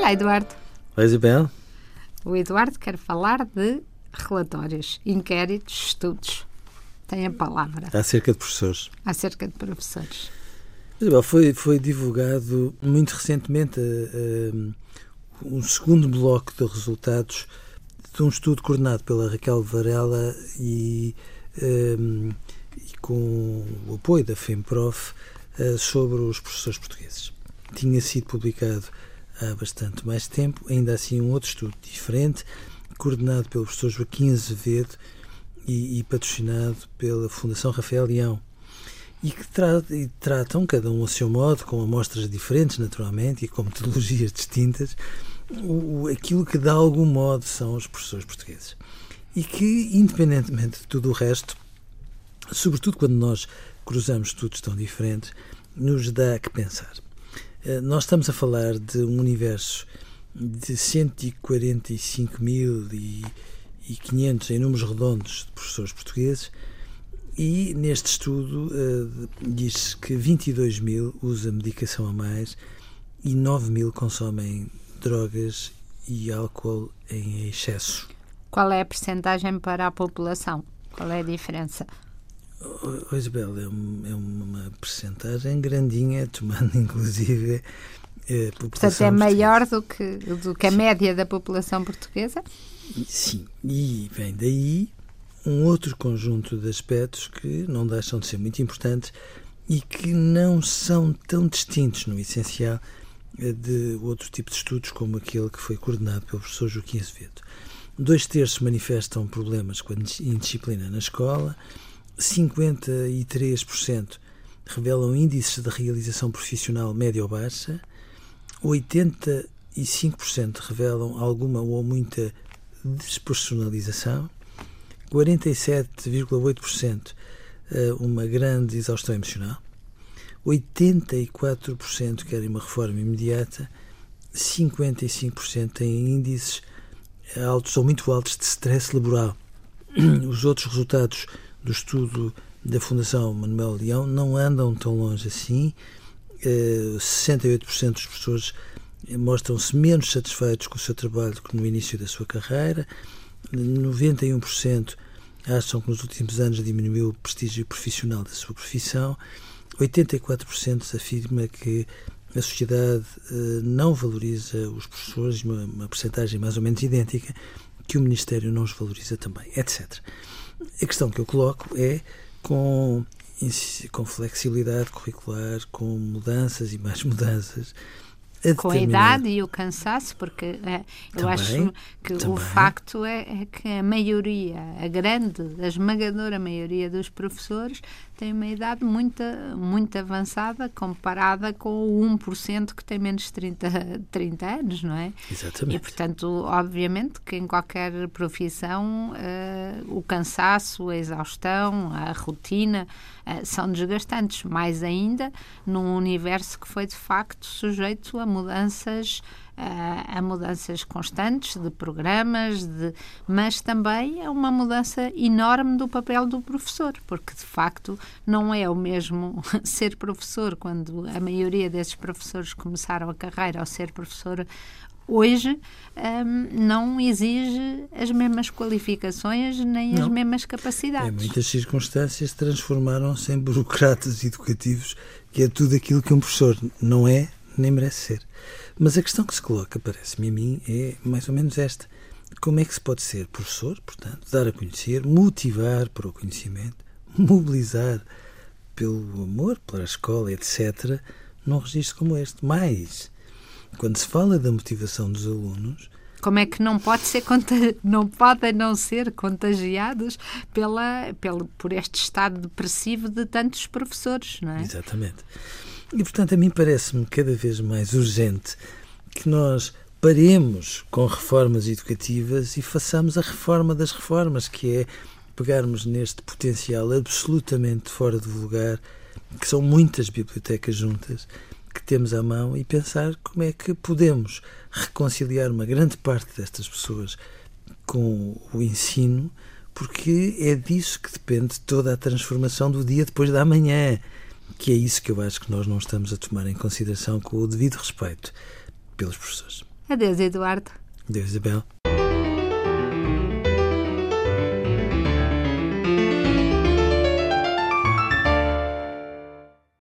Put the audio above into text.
Olá, Eduardo. Oi, Isabel. O Eduardo quer falar de relatórios, inquéritos, estudos. Tem a palavra. Acerca de professores. Acerca de professores. Isabel, foi divulgado muito recentemente um segundo bloco de resultados de um estudo coordenado pela Raquel Varela e com o apoio da FEMPROF sobre os professores portugueses. Tinha sido publicado há bastante mais tempo, ainda assim um outro estudo diferente, coordenado pelo professor Joaquim Azevedo e patrocinado pela Fundação Rafael Leão, e que tratam, cada um a seu modo, com amostras diferentes, naturalmente, e com metodologias distintas, aquilo que de algum modo são os professores portugueses. E que, independentemente de tudo o resto, sobretudo quando nós cruzamos estudos tão diferentes, nos dá que pensar. Nós estamos a falar de um universo de 145.500 em números redondos de professores portugueses, e neste estudo diz-se que 22.000 usam medicação a mais e 9.000 consomem drogas e álcool em excesso. Qual é a percentagem para a população? Qual é a diferença? Isabel, é uma percentagem grandinha, tomando inclusive a população. Portanto, é maior do que a média da população portuguesa? Sim, e vem daí um outro conjunto de aspectos que não deixam de ser muito importantes e que não são tão distintos no essencial de outro tipo de estudos como aquele que foi coordenado pelo professor Joaquim Azevedo. 2/3 manifestam problemas com a indisciplina na escola, 53% revelam índices de realização profissional média ou baixa, 85% revelam alguma ou muita despersonalização, 47,8% uma grande exaustão emocional, 84% querem uma reforma imediata, 55% têm índices altos ou muito altos de stress laboral. Os outros resultados do estudo da Fundação Manuel Leão não andam tão longe assim. 68% dos professores mostram-se menos satisfeitos com o seu trabalho que no início da sua carreira, 91% acham que nos últimos anos diminuiu o prestígio profissional da sua profissão, 84% afirma que a sociedade não valoriza os professores, uma percentagem mais ou menos idêntica, que o Ministério não os valoriza também, etc. A questão que eu coloco é com flexibilidade curricular, com mudanças e mais mudanças, com a idade e o cansaço, porque eu acho que o facto é que a esmagadora maioria dos professores tem uma idade muito, muito avançada comparada com o 1% que tem menos de 30 anos, não é? Exatamente. E, portanto, obviamente que em qualquer profissão o cansaço, a exaustão, a rotina são desgastantes, mais ainda num universo que foi de facto sujeito a mudanças constantes de programas, mas também é uma mudança enorme do papel do professor, porque de facto não é o mesmo ser professor quando a maioria desses professores começaram a carreira ao ser professor hoje, não exige as mesmas qualificações nem as mesmas capacidades. Em muitas circunstâncias transformaram-se em burocratas educativos, que é tudo aquilo que um professor não é nem merece ser. Mas a questão que se coloca, parece-me a mim, é mais ou menos esta. Como é que se pode ser professor, portanto, dar a conhecer, motivar para o conhecimento, mobilizar pelo amor, pela escola, etc., num registro como este? Mais, quando se fala da motivação dos alunos, como é que não podem não ser contagiados por este estado depressivo de tantos professores, não é? Exatamente. E, portanto, a mim parece-me cada vez mais urgente que nós paremos com reformas educativas e façamos a reforma das reformas, que é pegarmos neste potencial absolutamente fora de lugar, que são muitas bibliotecas juntas, que temos à mão, e pensar como é que podemos reconciliar uma grande parte destas pessoas com o ensino, porque é disso que depende toda a transformação do dia depois da manhã, que é isso que eu acho que nós não estamos a tomar em consideração com o devido respeito pelos professores. Adeus, Eduardo. Adeus, Isabel.